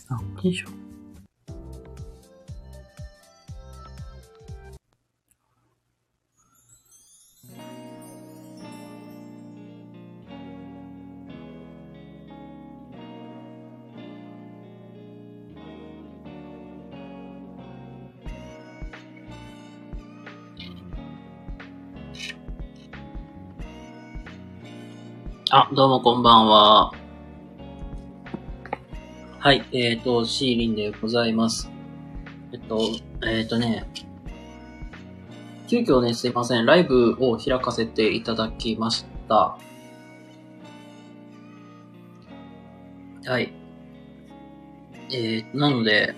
あ、よいしょ。あ、どうもこんばんは。はい、シーリンでございます。急遽ね、すいません、ライブを開かせていただきました。はい。なので、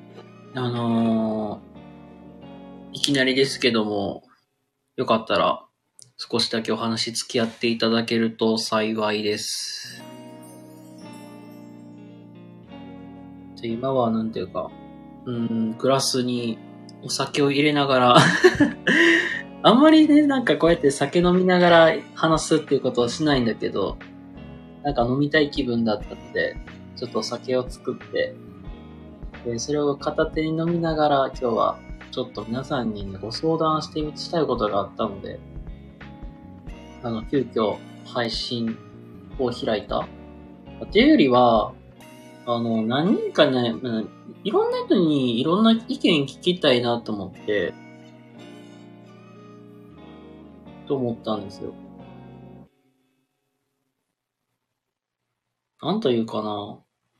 いきなりですけども、よかったら、少しだけお話付き合っていただけると幸いです。で、今はなんていうか、グラスにお酒を入れながらあんまりね、なんかこうやって酒飲みながら話すっていうことはしないんだけど、なんか飲みたい気分だったので、ちょっとお酒を作って、で、それを片手に飲みながら今日はちょっと皆さんにね、ご相談したいことがあったので、急遽配信を開いた。っていうよりは、何人かね、いろんな人にいろんな意見聞きたいなと思って、と思ったんですよ。なんというかな。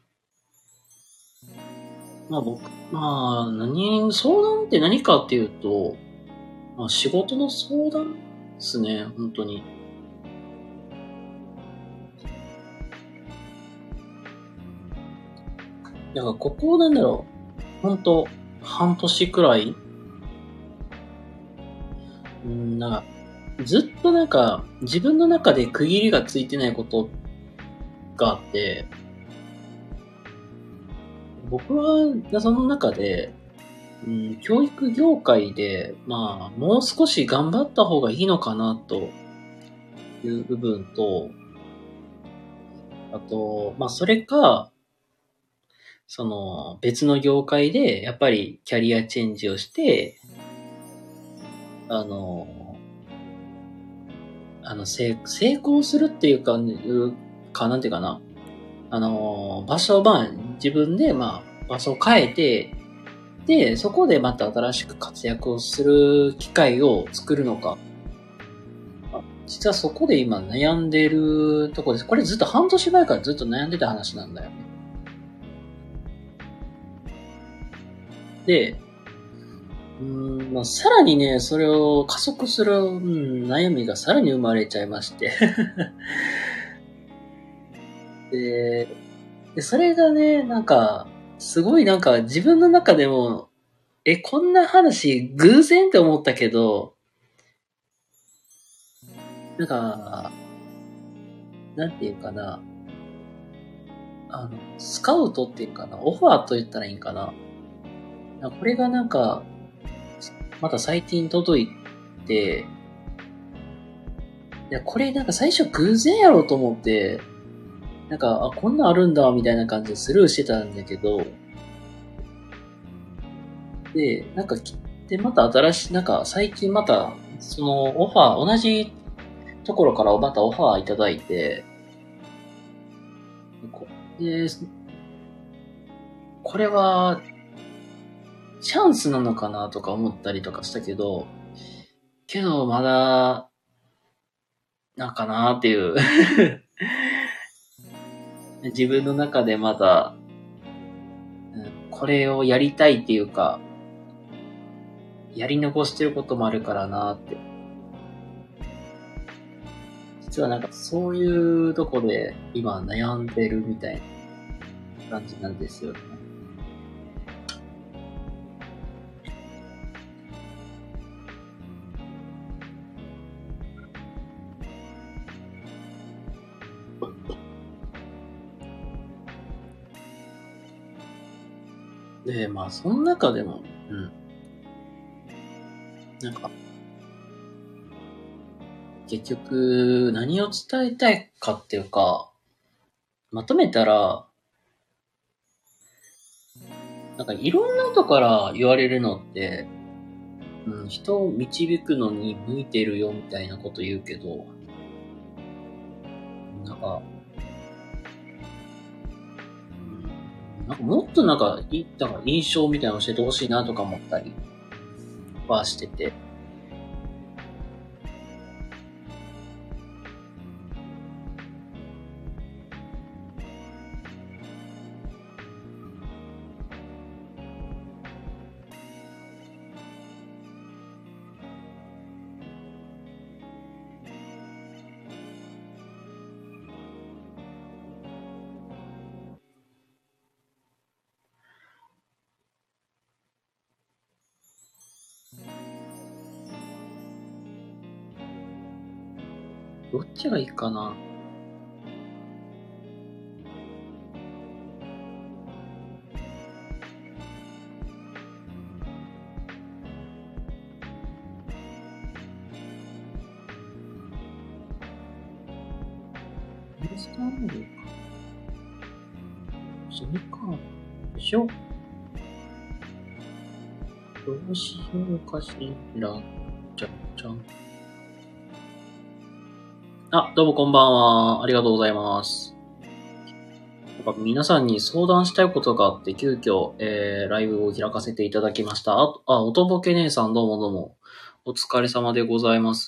相談って何かっていうと、仕事の相談ですね、本当に。だからここなんだろう、本当半年くらい、なんか、ずっとなんか、自分の中で区切りがついてないことがあって、僕は、その中で、教育業界で、もう少し頑張った方がいいのかな、という部分と、あと、それか、別の業界で、やっぱりキャリアチェンジをして、あの、成功するっていうか、なんていうかな。場所を、自分で、場所を変えて、で、そこでまた新しく活躍をする機会を作るのか。実はそこで今悩んでるところです。これずっと半年前からずっと悩んでた話なんだよね。で、さらにね、それを加速する、悩みがさらに生まれちゃいましてで、それがね、すごい自分の中でも、こんな話偶然って思ったけど、なんか、なんていうかな、スカウトっていうかな、オファーと言ったらいいんかな。これがまた最近届いて、これ最初偶然やろうと思って、こんなんあるんだ、みたいな感じでスルーしてたんだけど、で、また新しい、最近また、そのオファー、同じところからまたオファーいただいて、で、これは、チャンスなのかなとか思ったりとかしたけど、まだ、なんかなっていう自分の中でまだ、これをやりたいっていうか、やり残してることもあるからなって。実はそういうとこで今悩んでるみたいな感じなんですよね。で、その中でも、なんか、結局、何を伝えたいかっていうか、まとめたら、 なんかいろんな人から言われるのって、人を導くのに向いてるよみたいなこと言うけど、なんか、なんかもっとなんか印象みたいなの教えてほしいなとか思ったりはしてて。どっちがいいかな。インスタンドか。それか。でしょ。どうしようかしら。じゃじゃん。あ、どうもこんばんは。ありがとうございます。なんか皆さんに相談したいことがあって、急遽、ライブを開かせていただきました。おとぼけ姉さんどうもどうも。お疲れ様でございます。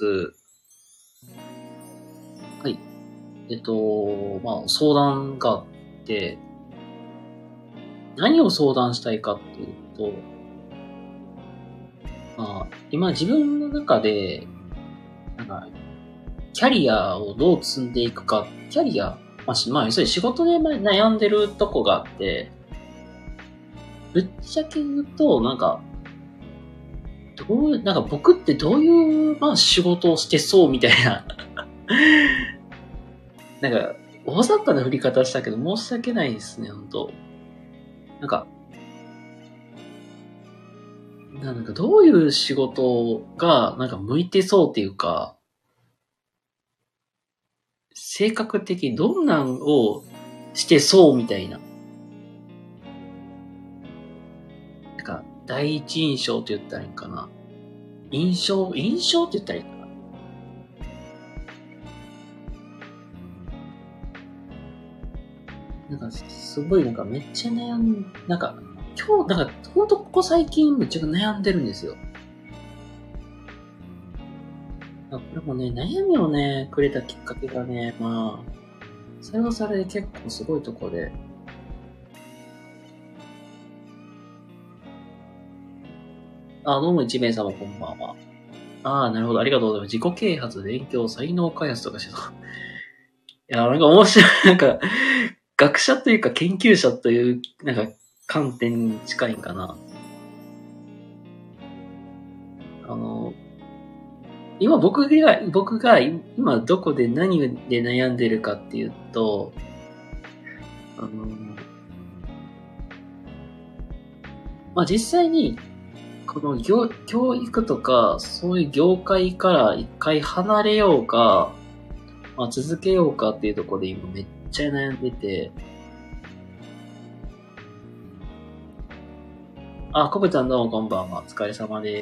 はい。相談があって、何を相談したいかっていうと、今自分の中で、キャリアをどう積んでいくか、キャリア、要するに仕事で悩んでるとこがあって、ぶっちゃけ言うと、僕ってどういう、仕事をしてそうみたいな、大雑把な振り方したけど申し訳ないですね、本当どういう仕事が、向いてそうっていうか、性格的にどんなんをしてそうみたいな。第一印象って言ったらいいかな。印象って言ったらいいかな。すごいめっちゃ悩ん、今日、ほんとここ最近めっちゃ悩んでるんですよ。これもね、悩みをね、くれたきっかけがね、それはそれで結構すごいとこで、どうも一名様こんばんは。なるほど。ありがとうございます。自己啓発、勉強、才能開発とかしてた。いや、面白い。学者というか研究者という、観点に近いんかな。今僕が今どこで何で悩んでるかっていうと、実際に、この教育とか、そういう業界から一回離れようか、続けようかっていうところで今めっちゃ悩んでて、コブちゃんどうもこんばんは。お疲れ様です。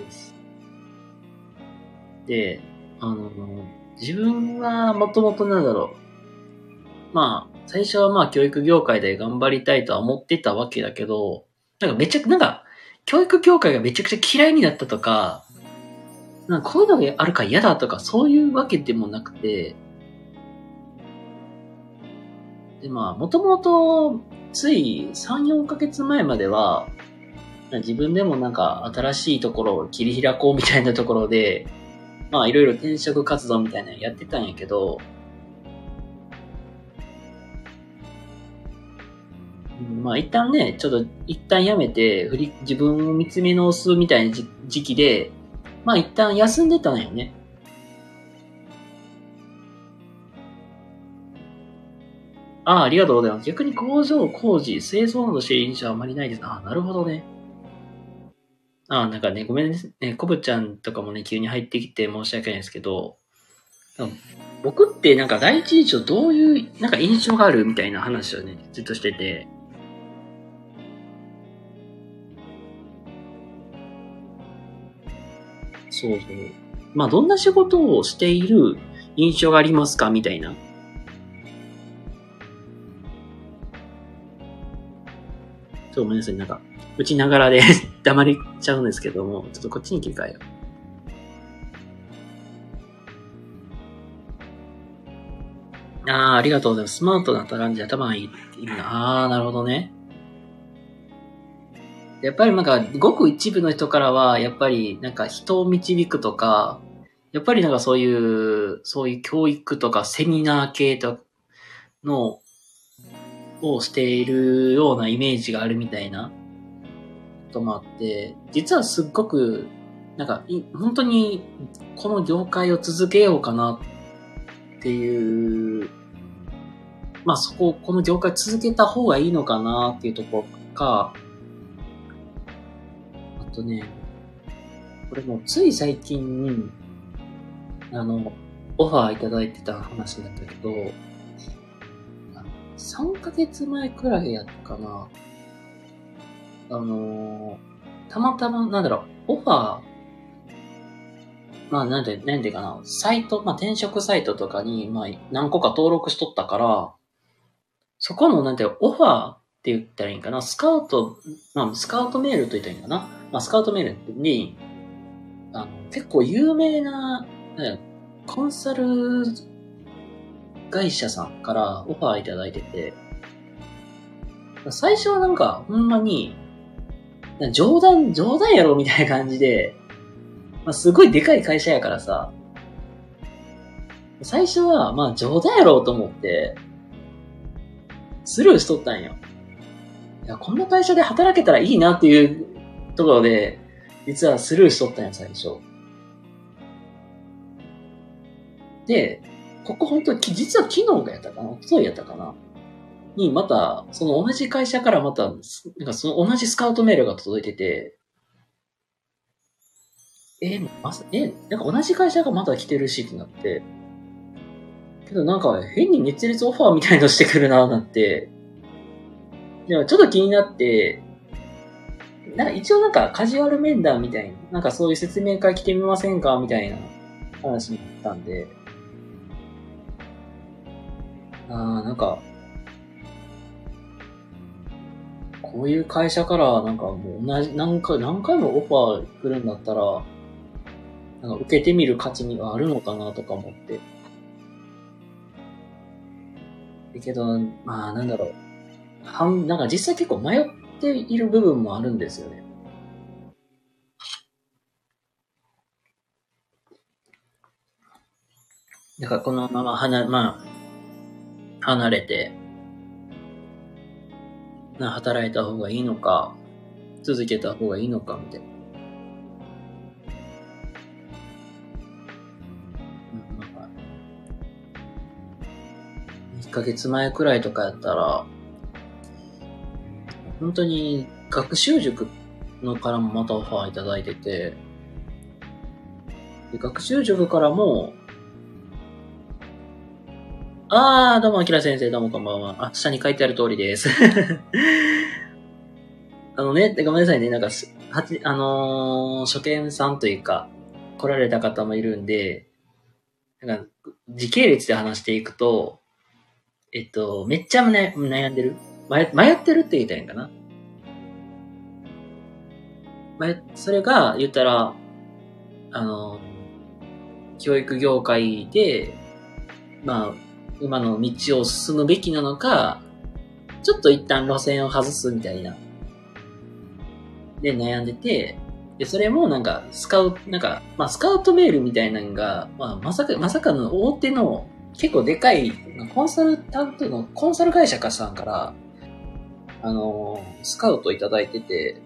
で、自分はもともと最初は教育業界で頑張りたいとは思ってたわけだけど、教育業界がめちゃくちゃ嫌いになったとか、こういうのがあるから嫌だとか、そういうわけでもなくて、で、もともと、つい3、4ヶ月前までは、自分でも新しいところを切り開こうみたいなところで、いろいろ転職活動みたいなのやってたんやけど、一旦ね、一旦やめて、自分を見つめ直すみたいな時期で、一旦休んでたんよね。ありがとうございます。逆に工場、工事、製造などしている印象はあまりないです。なるほどね。ごめんね。コブちゃんとかもね、急に入ってきて申し訳ないですけど、僕って第一印象どういう印象があるみたいな話をね、ずっとしてて、 そうそう。まあ、どんな仕事をしている印象がありますかみたいな。そう、ごめんなさい。なんか、打ちながらで黙れちゃうんですけども、ちょっとこっちに切り替えよう。ありがとうございます。スマートな感じで頭がいいっていうな。なるほどね。やっぱりなんか、ごく一部の人からは、やっぱりなんか人を導くとか、やっぱりなんかそういう教育とかセミナー系との、をしているようなイメージがあるみたいなこともあって、実はすっごく、なんか、本当にこの業界を続けようかなっていう、まあこの業界続けた方がいいのかなっていうところか、あとね、これもつい最近、オファーいただいてた話だったけど、3ヶ月前くらいやったかな。たまたま、オファー、まあなんでかな、サイト、まあ転職サイトとかに、まあ何個か登録しとったから、そこのオファーって言ったらいいんかな、スカウトメールと言ったらいいんかな。まあスカウトメールに、結構有名な、コンサル会社さんからオファーいただいてて、最初はなんか、ほんまに、冗談やろみたいな感じで、まあ、すごいでかい会社やからさ、最初は、まあ冗談やろうと思って、スルーしとったんよ。いや、こんな会社で働けたらいいなっていうところで、実はスルーしとったんよ、最初。で、ここ本当に、実は昨日やったかな一昨日やったかなに、また、その同じ会社からまた、なんかその同じスカウトメールが届いてて、なんか同じ会社がまだ来てるしってなって、けどなんか変に熱烈オファーみたいのしてくるなーなんて、でもちょっと気になって、なんか一応なんかカジュアル面談みたいな、なんかそういう説明会来てみませんかみたいな話になったんで、なんか、こういう会社からなんかもう何回もオファー来るんだったら、なんか受けてみる価値にはあるのかなとか思って。だけど、まあなんだろう。なんか実際結構迷っている部分もあるんですよね。だからこのまま離れて、働いた方がいいのか、続けた方がいいのか、みたいな。1ヶ月前くらいとかやったら、本当に学習塾のからもまたオファーいただいてて、で学習塾からも、どうも、アキラ先生、どうもこんばんは。下に書いてある通りです。ごめんなさいね、なんか、初見さんというか、来られた方もいるんで、なんか、時系列で話していくと、めっちゃ悩んでる迷ってるって言いたいんかな。それが、言ったら、教育業界で、まあ、今の道を進むべきなのか、ちょっと一旦路線を外すみたいな。で悩んでて、で、それもなんか、スカウトメールみたいなのが、まさかの大手の結構でかいコンサル会社さんから、スカウトいただいてて、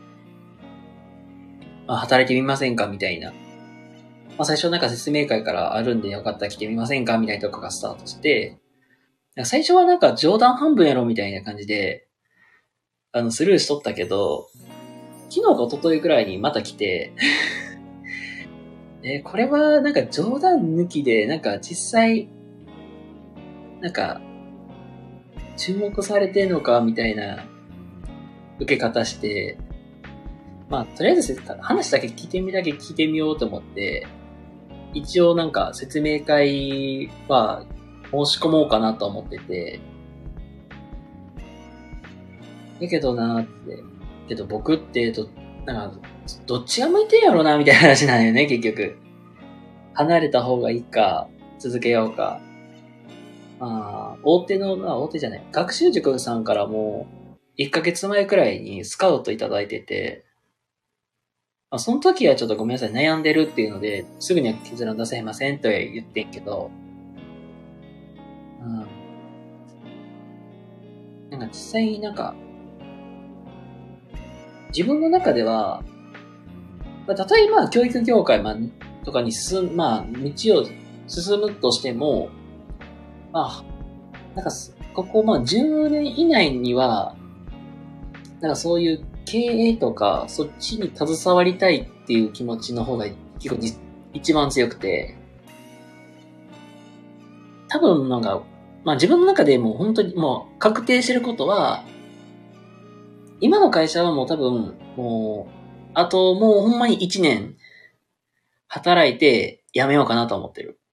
働いてみませんかみたいな。最初なんか説明会からあるんでよかったら来てみませんかみたいなとこがスタートして、最初はなんか冗談半分やろみたいな感じで、スルーしとったけど、昨日か一昨日くらいにまた来て、これはなんか冗談抜きで、なんか実際、なんか、注目されてんのかみたいな受け方して、 まあ、とりあえず話だけ聞いてみようと思って、一応なんか説明会は申し込もうかなと思ってて、だけどなーって、けど僕ってなんか、どっちが向いてんやろな、みたいな話なんよね、結局。離れた方がいいか、続けようか。まあ、大手じゃない、学習塾さんからも、1ヶ月前くらいにスカウトいただいてて、まあ、その時はちょっとごめんなさい、悩んでるっていうので、すぐには結論出せませんと言ってんけど、うん。なんか実際なんか、自分の中では、まあ、たとえまあ教育業界とかに道を進むとしても、まあ、なんか、ここまあ10年以内には、なんかそういう経営とか、そっちに携わりたいっていう気持ちの方が結構一番強くて、多分なんか、まあ自分の中でもう本当にもう確定してることは、今の会社はもう多分、あともうほんまに1年働いて辞めようかなと思ってる。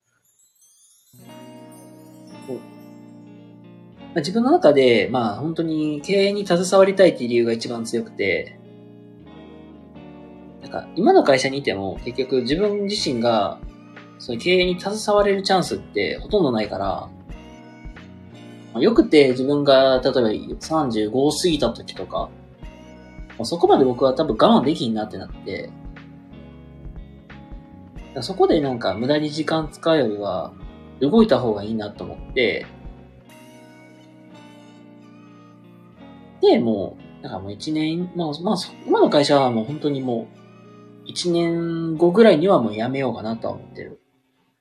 自分の中で、まあ本当に経営に携わりたいっていう理由が一番強くて、なんか今の会社にいても結局自分自身がその経営に携われるチャンスってほとんどないから、よくて自分が例えば35過ぎた時とか、そこまで僕は多分我慢できんなってなって、そこでなんか無駄に時間使うよりは動いた方がいいなと思って、で、もう、なんかもう一年、今の会社はもう本当にもう一年後ぐらいにはもう辞めようかなとは思ってる。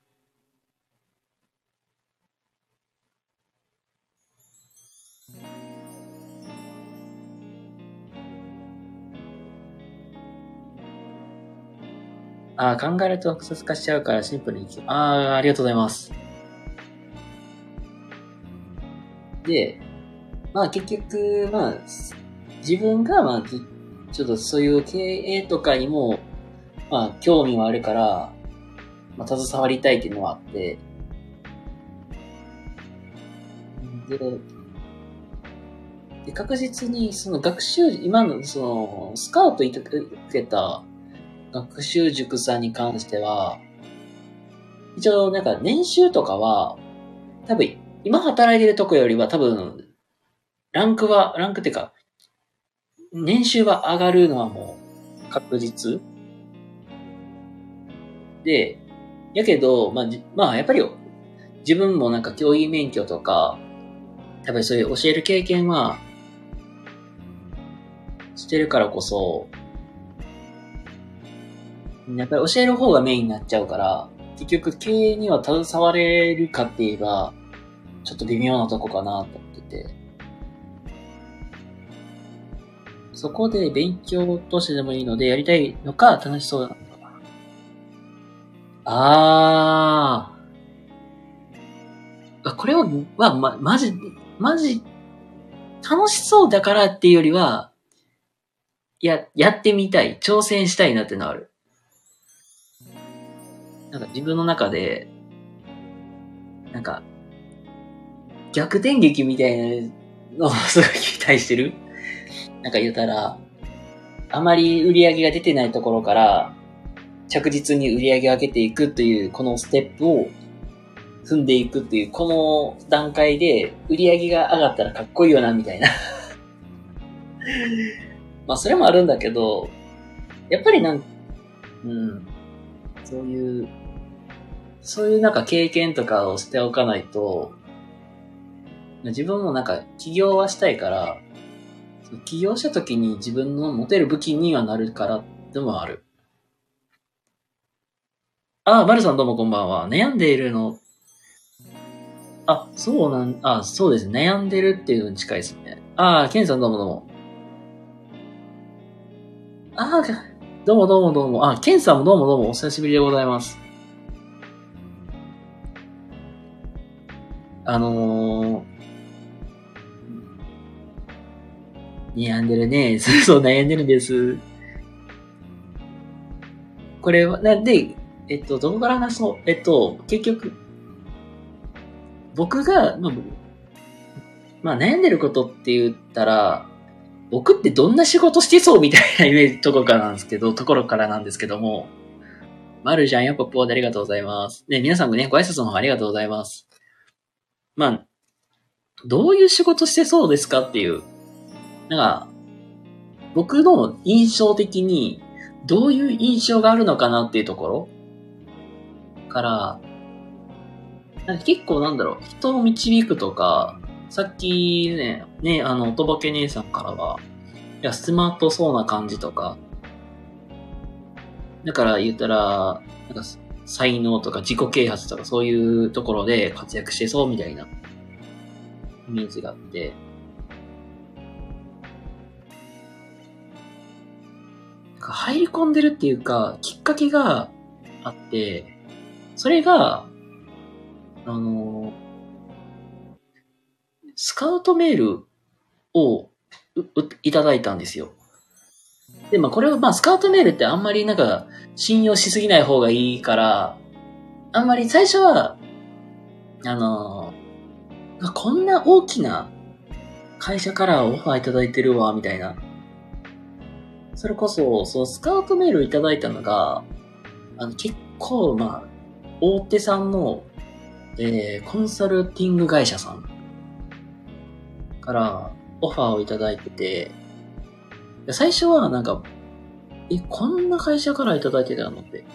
考えると複雑化しちゃうからシンプルにありがとうございます。で、まあ結局、まあ、自分がちょっとそういう経営とかにも、まあ興味はあるから、まあ携わりたいっていうのはあって、で、確実にその今のそのスカウト受けた学習塾さんに関しては、一応なんか年収とかは、多分今働いてるとこよりは多分、ランクっていうか、年収は上がるのはもう確実で、やけど、まあやっぱり自分もなんか教員免許とか、やっぱりそういう教える経験はしてるからこそ、やっぱり教える方がメインになっちゃうから、結局経営には携われるかって言えば、ちょっと微妙なとこかなと思ってて。そこで勉強としてでもいいのでやりたいのか楽しそうなのか。これは、マジ、楽しそうだからっていうよりは、やってみたい、挑戦したいなってのある。なんか自分の中で、なんか、逆転劇みたいなのをすごい期待してる。なんか言ったら、あまり売り上げが出てないところから、着実に売り上げを上げていくという、このステップを踏んでいくっていう、この段階で売り上げが上がったらかっこいいよな、みたいな。まあ、それもあるんだけど、やっぱりそういうなんか経験とかをしておかないと、自分もなんか起業はしたいから、起業した時に自分の持てる武器にはなるからでもある。バルさんどうもこんばんは。悩んでいるの、そうですね。悩んでるっていうのに近いですね。ケンさんどうもどうも。あどうもどうもどうも。ケンさんもどうもどうもお久しぶりでございます。悩んでるね。そう悩んでるんです。 これは、で、どこから話そう。結局、僕が、悩んでることって言ったら、僕ってどんな仕事してそうみたいなイメージところからなんですけども、まるちゃんやポップオーでありがとうございます。ね、皆さんもね、ご挨拶の方ありがとうございます。どういう仕事してそうですかっていう、僕の印象的に、どういう印象があるのかなっていうところから、結構人を導くとか、さっきね、おとぼけ姉さんからは、いや、スマートそうな感じとか、だから言ったら、才能とか自己啓発とかそういうところで活躍してそうみたいなイメージがあって、入り込んでるっていうか、きっかけがあって、それが、スカウトメールをいただいたんですよ。で、これはスカウトメールってあんまり信用しすぎない方がいいから、あんまり最初は、こんな大きな会社からオファーいただいてるわ、みたいな。それこそ、スカウトメールいただいたのが、結構、大手さんの、コンサルティング会社さんからオファーをいただいてて、最初はこんな会社からいただいてたのって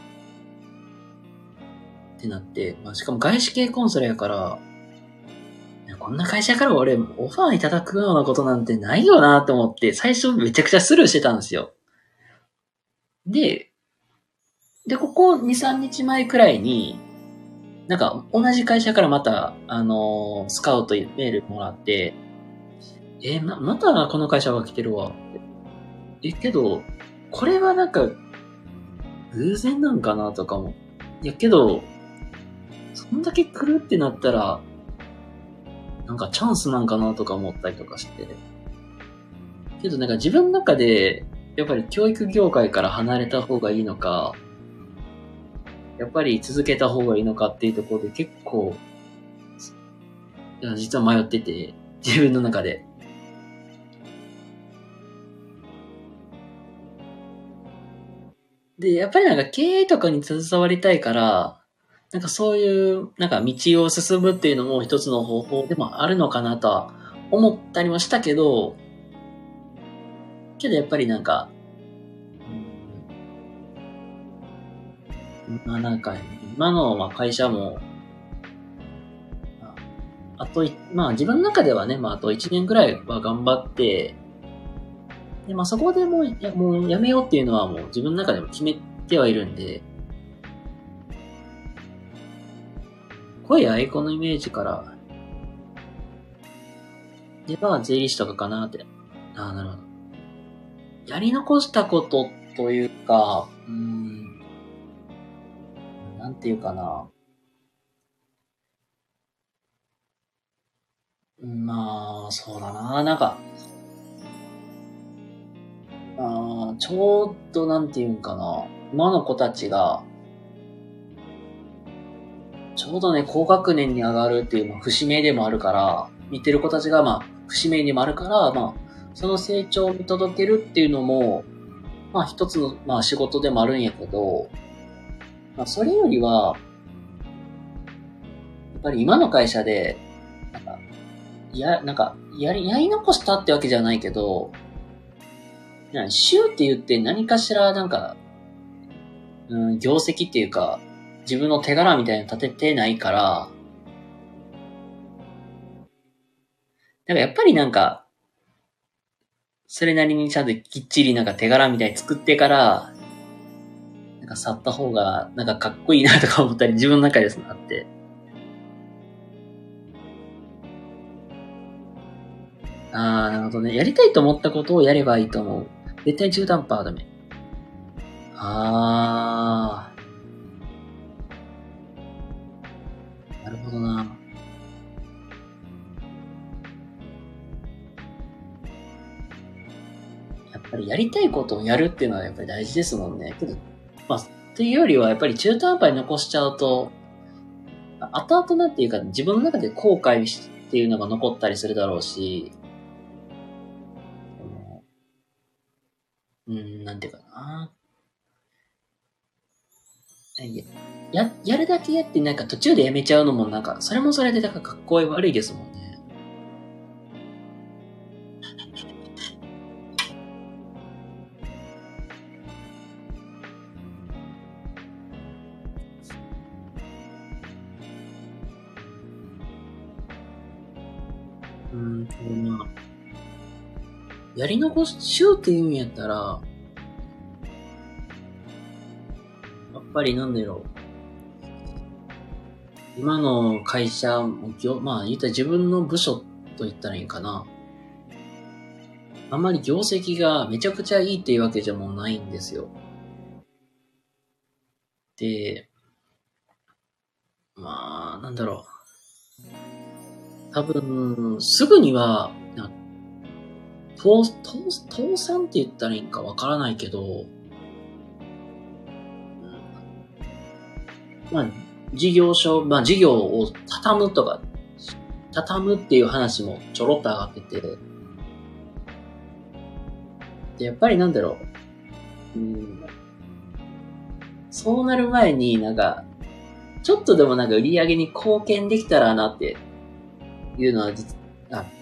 なって、しかも外資系コンサルやから、こんな会社から俺オファーいただくようなことなんてないよなと思って、最初めちゃくちゃスルーしてたんですよ。で、ここ2、3日前くらいに、同じ会社からまた、スカウトメールもらって、またこの会社が来てるわ。けど、これは偶然なんかなとかも。いやけど、そんだけ来るってなったら、チャンスなんかなとか思ったりとかして。けど自分の中で、やっぱり教育業界から離れた方がいいのか、やっぱり続けた方がいいのかっていうところで結構、実は迷ってて、自分の中で。で、やっぱり経営とかに携わりたいから、そういう、道を進むっていうのも一つの方法でもあるのかなとは思ったりもしたけど、けどやっぱり今の会社も、あと、自分の中ではね、あと1年くらいは頑張って、で、そこでもうやめようっていうのはもう自分の中でも決めてはいるんで、声やアイコンのイメージから、で、税理士とかかなって。なるほど。やり残したことというか、なんていうかな。そうだな。ちょうどなんていうんかな。今の子たちが、ちょうどね、高学年に上がるっていう、節目でもあるから、見てる子たちが、節目でもあるから、その成長を見届けるっていうのも、一つの、仕事でもあるんやけど、それよりは、やっぱり今の会社で、やり残したってわけじゃないけど、週って言って何かしら業績っていうか、自分の手柄みたいなの立ててないから、やっぱりそれなりにちゃんときっちり手柄みたいに作ってから、去った方がかっこいいなとか思ったり自分の中であって。なるほどね。やりたいと思ったことをやればいいと思う。絶対中途半端はダメ。なるほどな。やっぱりやりたいことをやるっていうのはやっぱり大事ですもんね。けど、 というよりは、やっぱり中途半端に残しちゃうと、後々なんていうか、自分の中で後悔っていうのが残ったりするだろうし、なんていうかな。やるだけやってなんか途中でやめちゃうのもなんか、それもそれでなんかかっこ悪いですもんね。まあ、やり残しようって言うんやったら、やっぱりなんだろう。今の会社も、まあ言ったら自分の部署と言ったらいいかな。あんまり業績がめちゃくちゃいいっていうわけじゃもうないんですよ。で、まあ、なんだろう。多分、すぐには、倒産って言ったらいいんかわからないけど、まあ、事業を畳むっていう話もちょろっと上がってて、で、やっぱりなんだろう。そうなる前になんか、ちょっとでもなんか売り上げに貢献できたらなっていうのは実はあって、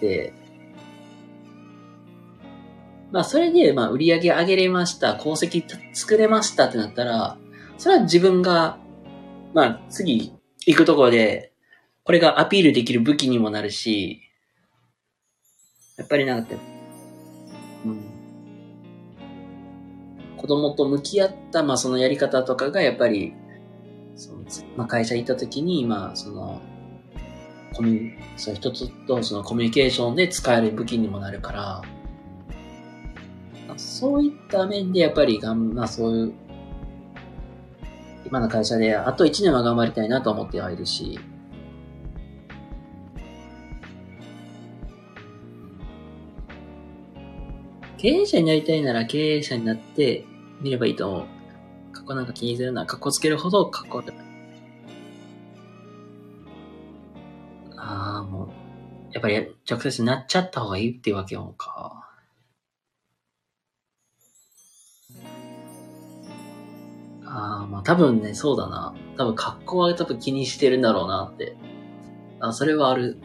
まあそれでまあ売り上げ上げれました、功績作れましたってなったら、それは自分が、まあ次行くところで、これがアピールできる武器にもなるし、やっぱりなんか、子供と向き合った、まあそのやり方とかがやっぱり、まあ会社行った時に、まあそう人とそのコミュニケーションで使える武器にもなるから、そういった面でやっぱりまあそういう、今の会社であと1年は頑張りたいなと思ってはいるし、経営者になりたいなら経営者になってみればいいと思う。過去なんか気にするな。過去つけるほど過去で。もう、やっぱり直接なっちゃった方がいいっていうわけよか。まあ多分ね、そうだな。多分格好は多分気にしてるんだろうなって。それはある。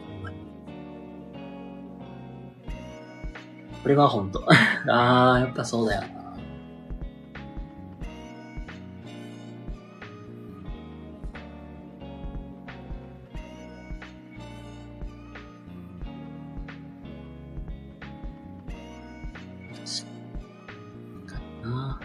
これは本当。やっぱそうだよな。確かにな。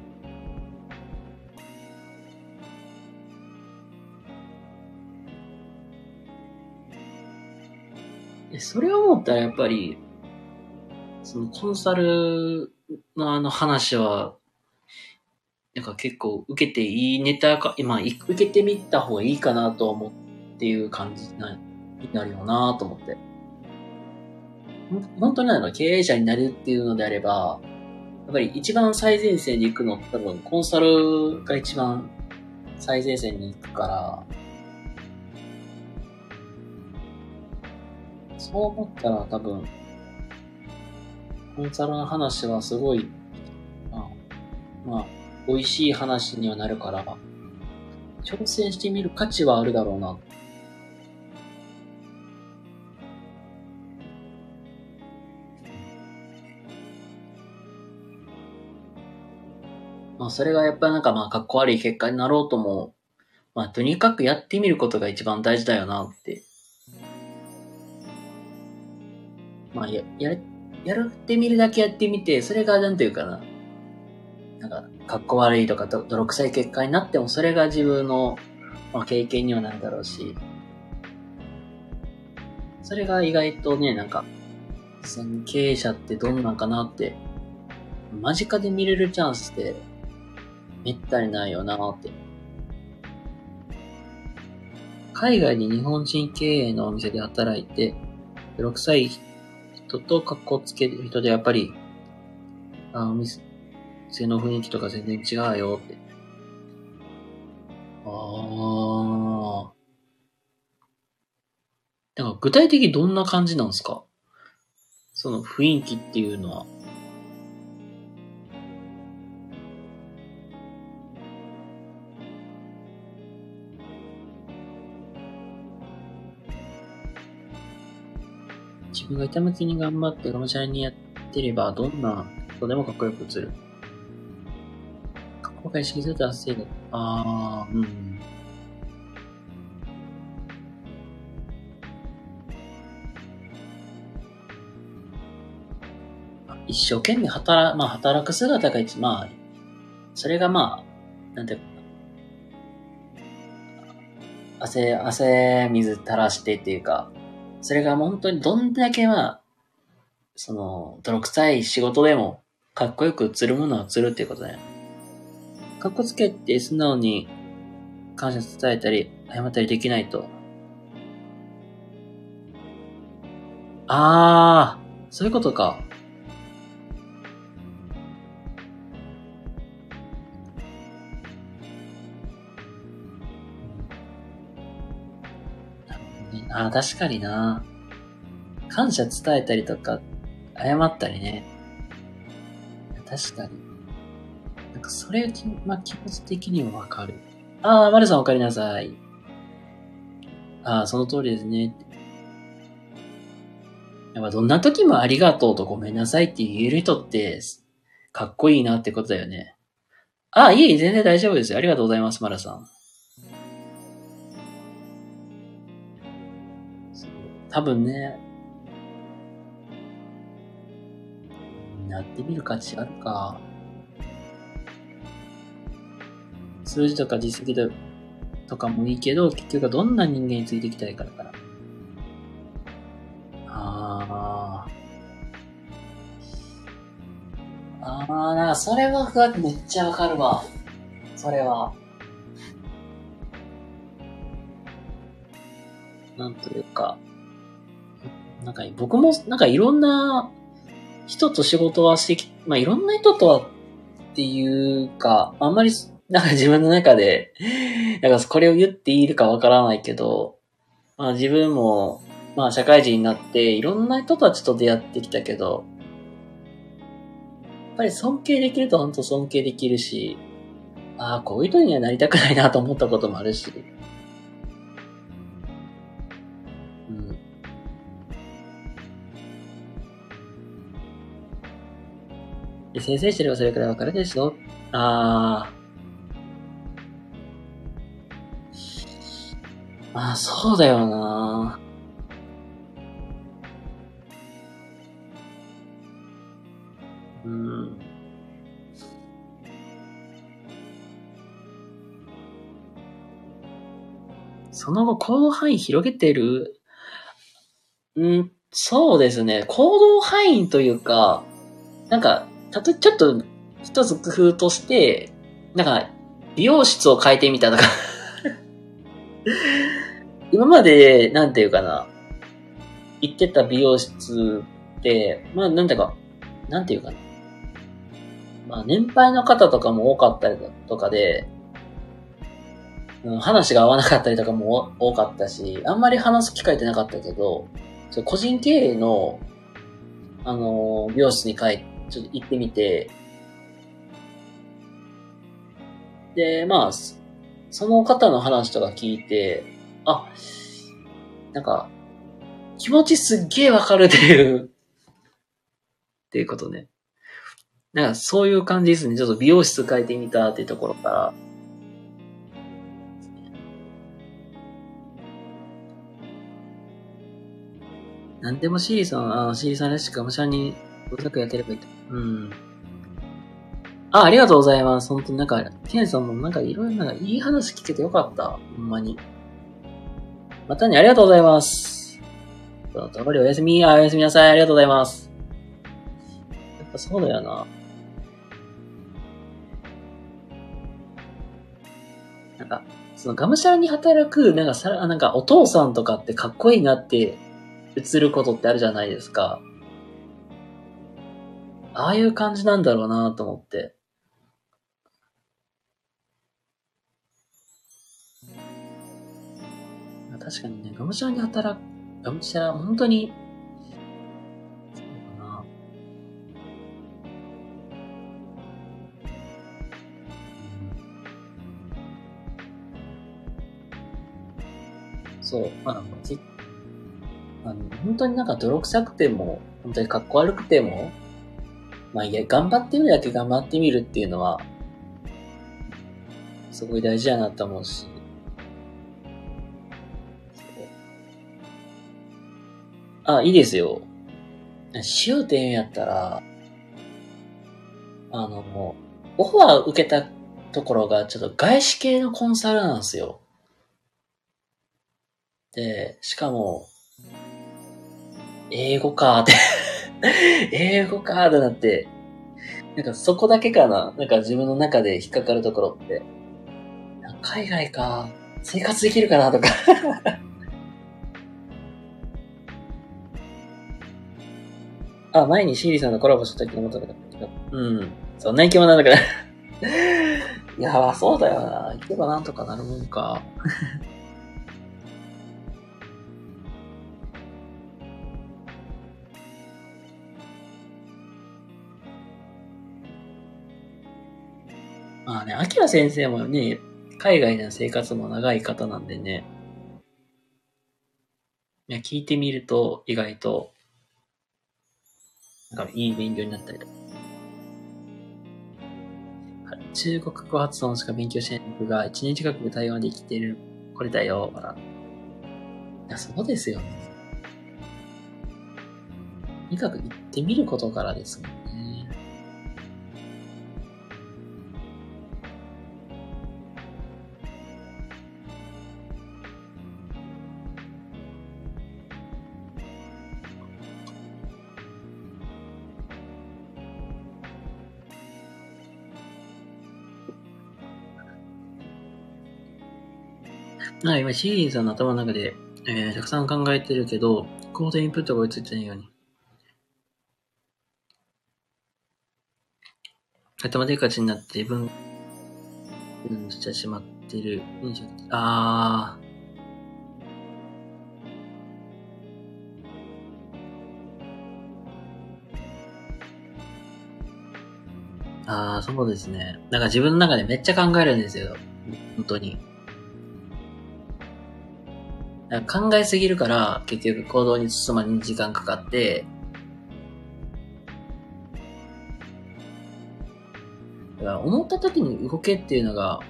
それを思ったらやっぱり、そのコンサルの話は、なんか結構受けていいネタか、今、受けてみた方がいいかなと思っていう感じになるよなと思って。本当に経営者になるっていうのであれば、やっぱり一番最前線に行くのって多分コンサルが一番最前線に行くから、そう思ったら多分、コンサルの話はすごい、まあ、美味しい話にはなるから、挑戦してみる価値はあるだろうな。まあ、それがやっぱなんかまあ、かっこ悪い結果になろうとも、まあ、とにかくやってみることが一番大事だよなって。まあ、やってみるだけやってみて、それがなんていうかな。なんか、かっこ悪いとか泥臭い結果になっても、それが自分の、まあ、経験にはなるだろうし、それが意外とね、なんか、経営者ってどんなんかなって、間近で見れるチャンスってめったにないよなって。海外に日本人経営のお店で働いて、泥臭い人と格好つける人でやっぱり、店の雰囲気とか全然違うよって。 具体的にどんな感じなんですか？その雰囲気っていうのは。自分が痛向きに頑張ってがむしゃらにやってれば、どんな人でもかっこよく映る。かっこよく意識すると達成度。うん。一生懸命働く姿がそれがなんていうか、汗水垂らしてっていうか、それが本当にどんだけ泥臭い仕事でもかっこよく映るものは映るっていうことね。かっこつけて素直に感謝伝えたり、謝ったりできないと。そういうことか。確かにな。感謝伝えたりとか、謝ったりね。確かに。なんかそれ、気持ち的にはわかる。丸さんお帰りなさい。その通りですね。やっぱどんな時もありがとうとごめんなさいって言える人って、かっこいいなってことだよね。いえ、全然大丈夫ですよ。ありがとうございます、マラさん。多分ね、やってみる価値あるか。数字とか実績とかもいいけど、結局はどんな人間についていきたいからかな。それはめっちゃわかるわ。それは。なんというか、僕もいろんな人と仕事はしてき、いろんな人とはっていうか、あんまり自分の中で、これを言っていいかわからないけど、自分も、社会人になっていろんな人たちと出会ってきたけど、やっぱり尊敬できると本当尊敬できるし、こういう人にはなりたくないなと思ったこともあるし、で先生してればそれくらいわかるでしょ。そうだよな。その後行動範囲広げてる？そうですね。行動範囲というか、ちょっと一つ工夫として、美容室を変えてみたとか今まで、なんていうかな、行ってた美容室って、なんていうかな。年配の方とかも多かったりとかで、話が合わなかったりとかも多かったし、あんまり話す機会ってなかったけど、個人経営の、美容室にちょっと行ってみて、で、その方の話とか聞いて、気持ちすっげーわかるっていうことね。そういう感じですね。ちょっと美容室変えてみたっていうところから。なんでもシリさん、シリさんらしくがむしゃらにうまくやってればいいと。ありがとうございます。本当にケンさんもいろいろいい話聞けてよかった。ほんまに。またね、ありがとうございます。どうりおやすみ、おやすみなさい。ありがとうございます。やっぱそうだよな。がむしゃらに働く、お父さんとかってかっこいいなって映ることってあるじゃないですか。ああいう感じなんだろうなと思って。確かにね、がむしゃらに働がむしゃら、本当に、そうかな。そう、本当になんか泥臭くても、本当に格好悪くても、まあいや、頑張ってみるだけ頑張ってみるっていうのは、すごい大事だなと思うし。あ、いいですよ。しようって言うんやったら、オファー受けたところがちょっと外資系のコンサルなんですよ。で、しかも、英語かーって英語かーってなって、なんかそこだけかな。なんか自分の中で引っかかるところって。海外か。生活できるかなとかあ、前にシーリーさんのコラボした時のことだったけど。うん。そんな生き物なんだからいや、そうだよな。行けばなんとかなるもんか。まあね、アキラ先生もね、海外での生活も長い方なんでね。いや、聞いてみると意外と、なんかいい勉強になったりとか。中国語発音しか勉強してない僕が1年近く台湾で生きてる、これだよ、ほら。いや、そうですよね。とにかく行ってみることからですもんね。今、シーリーさんの頭の中で、たくさん考えてるけど、コードインプットが追いついてないように。頭でっかちになって分、してしまってる。そうですね。なんか自分の中でめっちゃ考えるんですよ。本当に。考えすぎるから、結局行動に移すまでに時間かかって、だから思った時に動けっていうのが、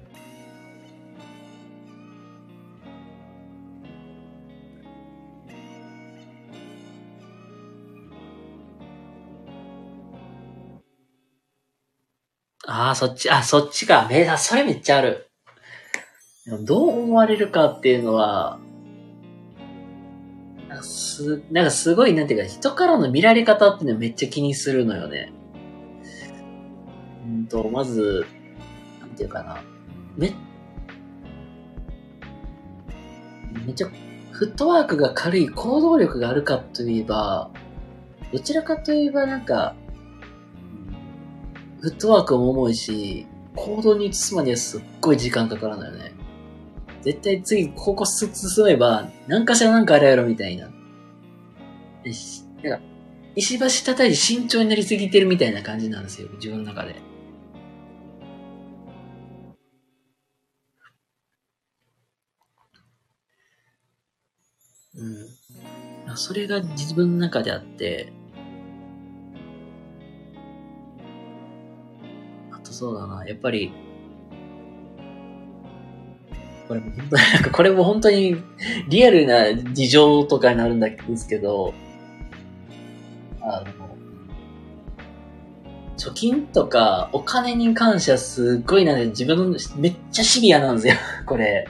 そっちか。それめっちゃある。でもどう思われるかっていうのは、なんかすごい、なんていうか、人からの見られ方っていうのめっちゃ気にするのよね。まず、なんていうかな。め、めっちゃ、フットワークが軽い行動力があるかといえば、どちらかといえばなんか、フットワークも重いし、行動に移すまではすっごい時間かかるんだよね。絶対次ここ進めば、何かしらなんかあるやろみたいな。なんか、石橋叩いて慎重になりすぎてるみたいな感じなんですよ、自分の中で。うん。それが自分の中であって、あとそうだな、やっぱり、これも本当にリアルな事情とかになるんですけど、あの、貯金とかお金に関してはすっごい自分のめっちゃシビアなんですよ、これ。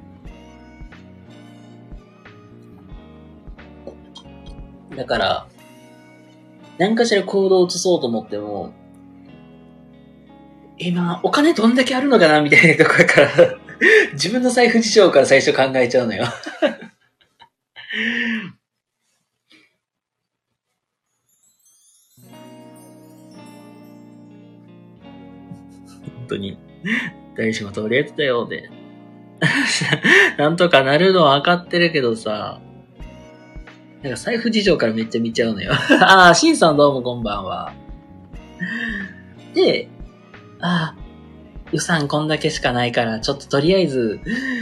だから、何かしら行動を移そうと思っても、今、お金どんだけあるのかなみたいなところから自分の財布事情から最初考えちゃうのよ本当に。誰しも通りやってたよ、で。なんとかなるのは分かってるけどさ、 なんか財布事情からめっちゃ見ちゃうのよ。ああ、シンさんどうもこんばんは。で、予算こんだけしかないから、ちょっととりあえず、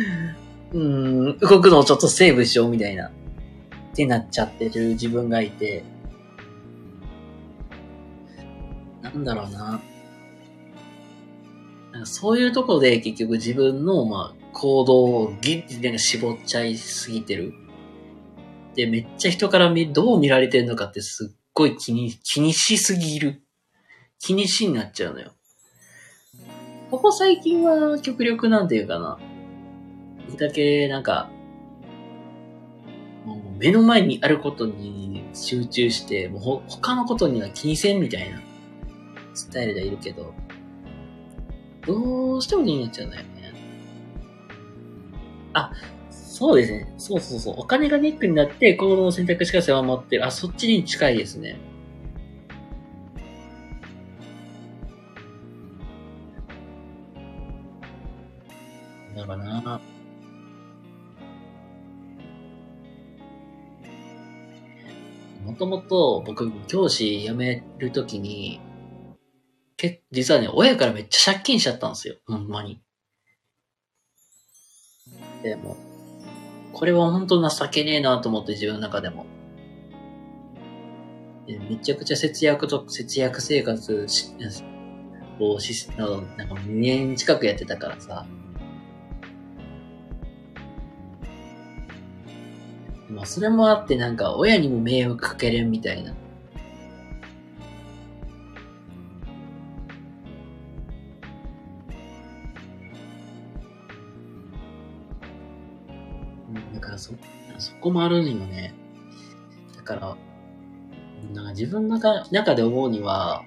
動くのをちょっとセーブしようみたいな、ってなっちゃってる自分がいて、なんだろうな。なんかそういうとこで結局自分の、行動をギッて絞っちゃいすぎてる。で、めっちゃ人からどう見られてるのかってすっごい気にしすぎる。気にしになっちゃうのよ。ここ最近は極力なんていうかな。だけなんか、もう目の前にあることに集中して、もう他のことには気にせんみたいなスタイルでいるけど、どうしても気になっちゃうんだよね。そうですね。そう。お金がネックになって行動の選択肢が狭まってる。そっちに近いですね。だからな。もともと僕、教師辞めるときに、実はね、親からめっちゃ借金しちゃったんですよ。ほんまに。でも、これは本当情けねえなと思って自分の中でも。めちゃくちゃ節約生活をなんか2年近くやってたからさ。それもあってなんか親にも迷惑かけれんみたいな。だからそこもあるのよね。だから、なんか自分の中で思うには、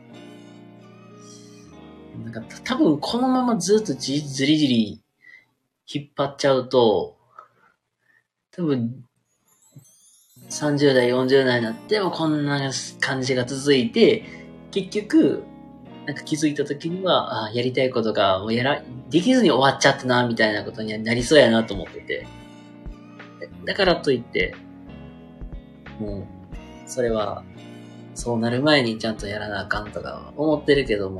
なんか多分このままずっとずりじり引っ張っちゃうと、多分30代、40代になってもこんな感じが続いて、結局、なんか気づいた時には、やりたいことがもうできずに終わっちゃったな、みたいなことにはなりそうやなと思ってて。だからといって、もう、それは、そうなる前にちゃんとやらなあかんとか思ってるけども、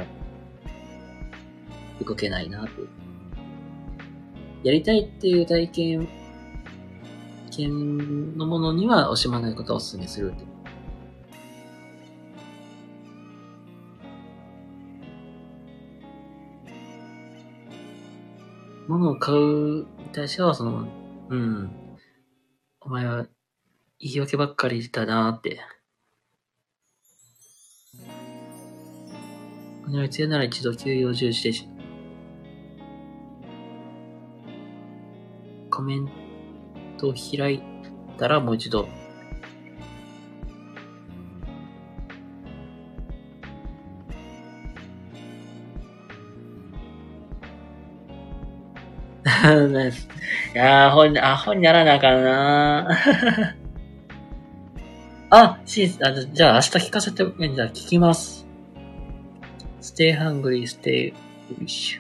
動けないなって。やりたいっていう体験のものには惜しまないことをお勧めするって。物を買うに対しては、お前は言い訳ばっかりだなーって。お願い必要なら一度休養を重視してコメントを開いたらもう一度。いやー、アホにならなあかんなじゃあ明日聞かせて、じゃあ聞きます。Stay hungry, stay foolish.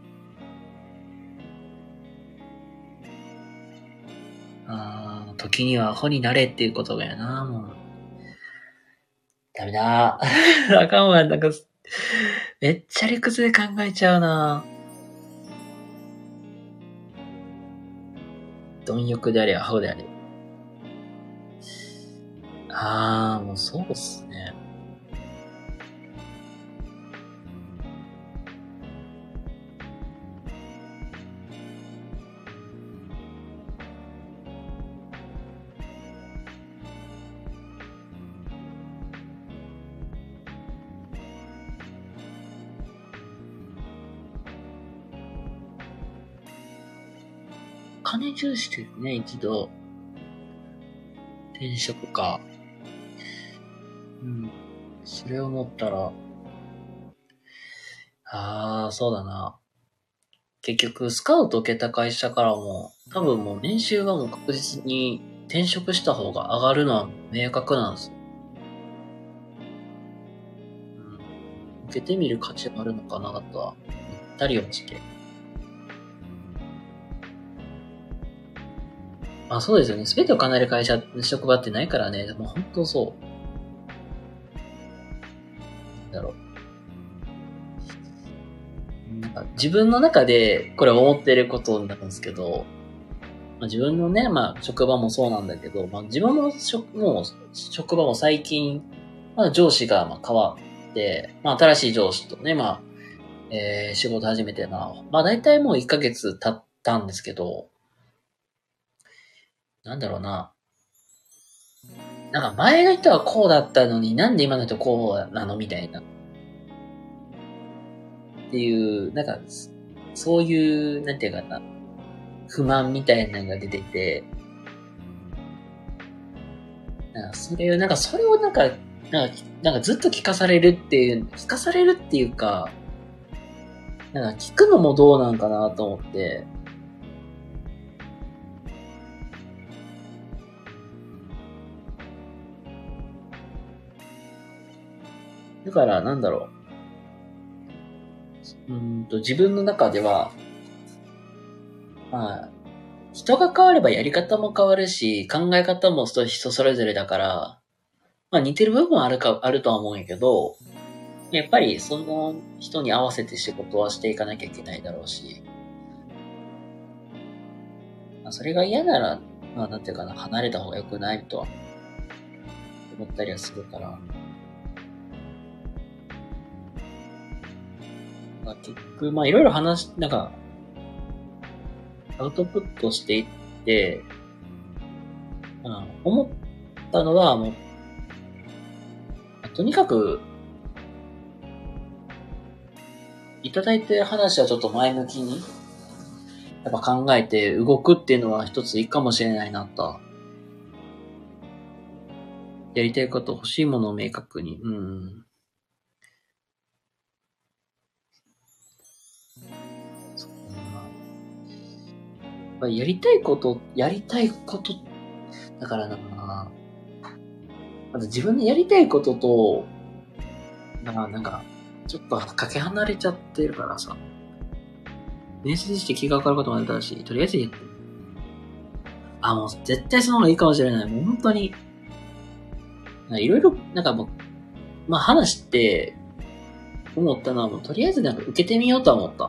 時にはアホになれっていうことがやな、もう。ダメだ。あかんわ、なんか、めっちゃ理屈で考えちゃうな。貪欲であれ、アホであれ。もうそうっすね。金重視ですね、一度。転職か。それを思ったら、そうだな。結局、スカウト受けた会社からも、多分もう年収がもう確実に転職した方が上がるのは明確なんですよ。受けてみる価値があるのかなとは、思ったりはして。 まあそうですよね。すべてを叶える会社、職場ってないからね。もう本当そう。なんだろう。なんか自分の中でこれ思ってることになるんですけど、まあ、自分のね、まあ職場もそうなんだけど、まあ自分の職場も最近、まあ上司がまあ変わって、まあ新しい上司とね、まあ、仕事始めてまあ大体もう1ヶ月経ったんですけど、なんだろうな。なんか前の人はこうだったのになんで今の人こうなのみたいな。っていう、なんか、そういう、なんていうかな、不満みたいなのが出てて、それをなんかずっと聞かされるっていうか、なんか聞くのもどうなんかなと思って、だからなんだろ自分の中では、まあ、人が変わればやり方も変わるし、考え方も人それぞれだから、まあ似てる部分はあるとは思うんやけど、やっぱりその人に合わせて仕事はしていかなきゃいけないだろうし、まあ、それが嫌なら、まあなんていうかな、離れた方が良くないとは思ったりはするから、まあ、結局、まあいろいろなんか、アウトプットしていって、まあ、思ったのはもう、とにかく、いただいて話はちょっと前向きに、やっぱ考えて動くっていうのは一ついいかもしれないなと。やりたいこと、欲しいものを明確に。うん。そうだな。やっぱりやりたいこと、だからな、まず自分のやりたいことと、なんか、ちょっとかけ離れちゃってるからさ。面接して気がかかることもあったし、とりあえずやって。もう絶対その方がいいかもしれない。もう本当に、いろいろ、なんかもう、まあ話して思ったのはもうとりあえずなんか受けてみようとは思った。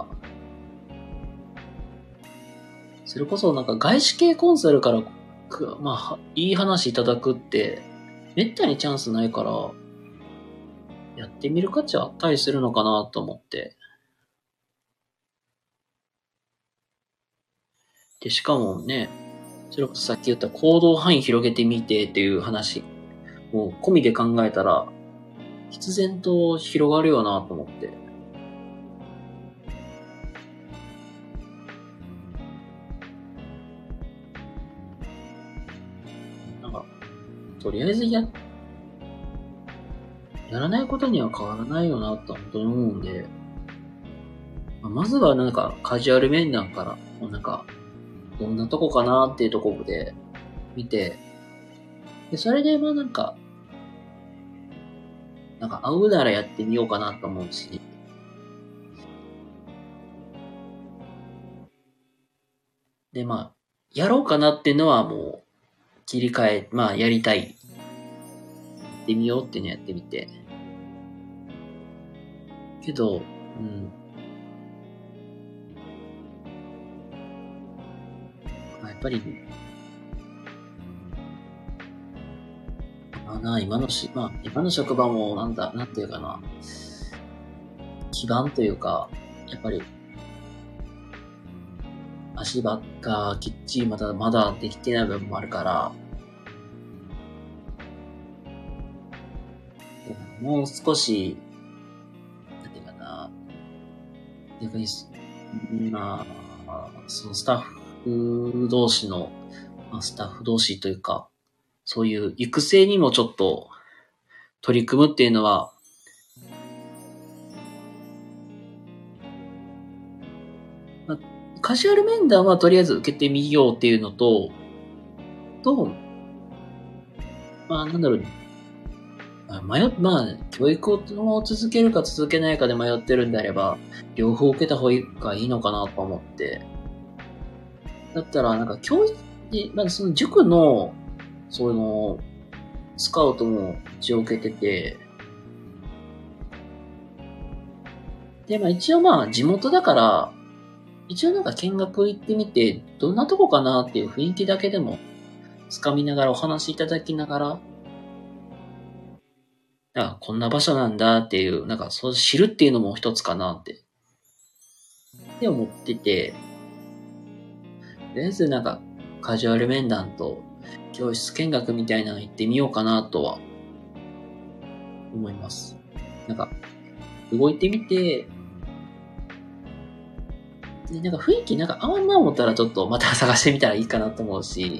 それこそなんか外資系コンサルから、まあ、いい話いただくって、めったにチャンスないから、やってみる価値はあったりするのかなと思って。で、しかもね、それこそさっき言った行動範囲広げてみてっていう話も込みで考えたら、必然と広がるよなと思って。なんか、とりあえずやらないことには変わらないよなと本当に思うんで、まずはなんかカジュアル面談から、なんか、どんなとこかなっていうところで見て、で、それでなんか合うならやってみようかなと思うし、で、やろうかなっていうのはもう切り替え、やりたい。やってみようっていうのやってみて。けど、やっぱり、今の職場もなんていうかな、基盤というか、やっぱり、足場がきっちりまだできてない部分もあるから、もう少し、なんていうかな、逆に、そのスタッフ同士というか、そういう育成にもちょっと取り組むっていうのは、カジュアル面談はとりあえず受けてみようっていうのと、なんだろう、教育を続けるか続けないかで迷ってるんであれば、両方受けた方がいいのかなと思って。だったら、 で、まあその塾の、その、スカウトも一応受けてて、で、まあ一応まあ地元だから、一応なんか見学行ってみて、どんなとこかなっていう雰囲気だけでも、つかみながらお話しいただきながら、こんな場所なんだっていう、なんかそう知るっていうのも一つかなって思ってて、とりあえずなんかカジュアル面談と教室見学みたいなの行ってみようかなとは思います。なんか動いてみて、でなんか雰囲気なんか合わんな思ったらちょっとまた探してみたらいいかなと思うし、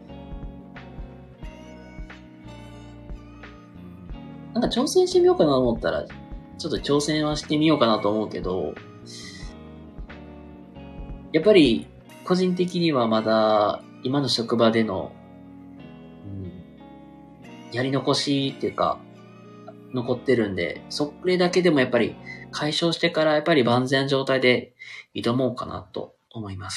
なんか挑戦してみようかなと思ったら、ちょっと挑戦はしてみようかなと思うけど、やっぱり個人的にはまだ今の職場での、やり残しっていうか、残ってるんで、それだけでもやっぱり解消してからやっぱり万全な状態で挑もうかなと思います。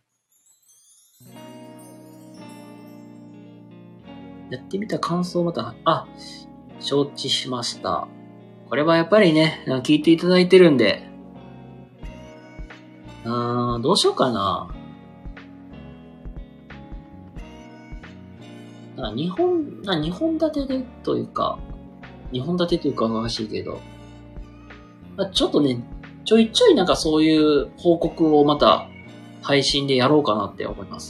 やってみた感想また、承知しました。これはやっぱりね、聞いていただいてるんで、どうしようかな。2本立てでというか、2本立てというかおかしいけど、ちょっとね、ちょいちょいなんかそういう報告をまた配信でやろうかなって思います。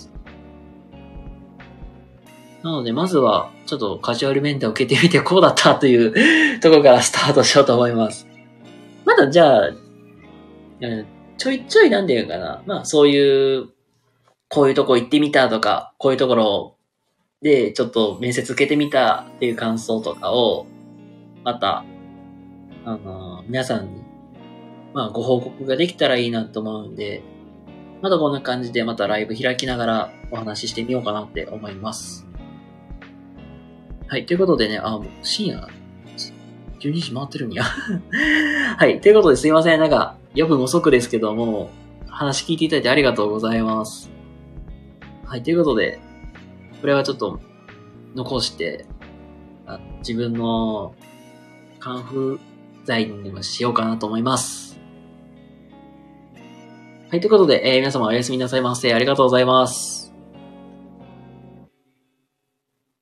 なので、まずは、ちょっとカジュアル面談を受けてみてこうだったというところからスタートしようと思います。まだじゃあ、ちょいちょいなんていうかな。まあそういう、こういうとこ行ってみたとか、こういうところでちょっと面接受けてみたっていう感想とかを、また、皆さんに、まあご報告ができたらいいなと思うんで、またこんな感じでまたライブ開きながらお話ししてみようかなって思います。はい、ということでね、もう深夜、12時回ってるんや。はい、ということですいません。なんか、夜分遅くですけども、話聞いていただいてありがとうございます。はい、ということで、これはちょっと残して、自分のカンフー剤にもしようかなと思います。はい、ということで、皆様おやすみなさいませ。ありがとうございます。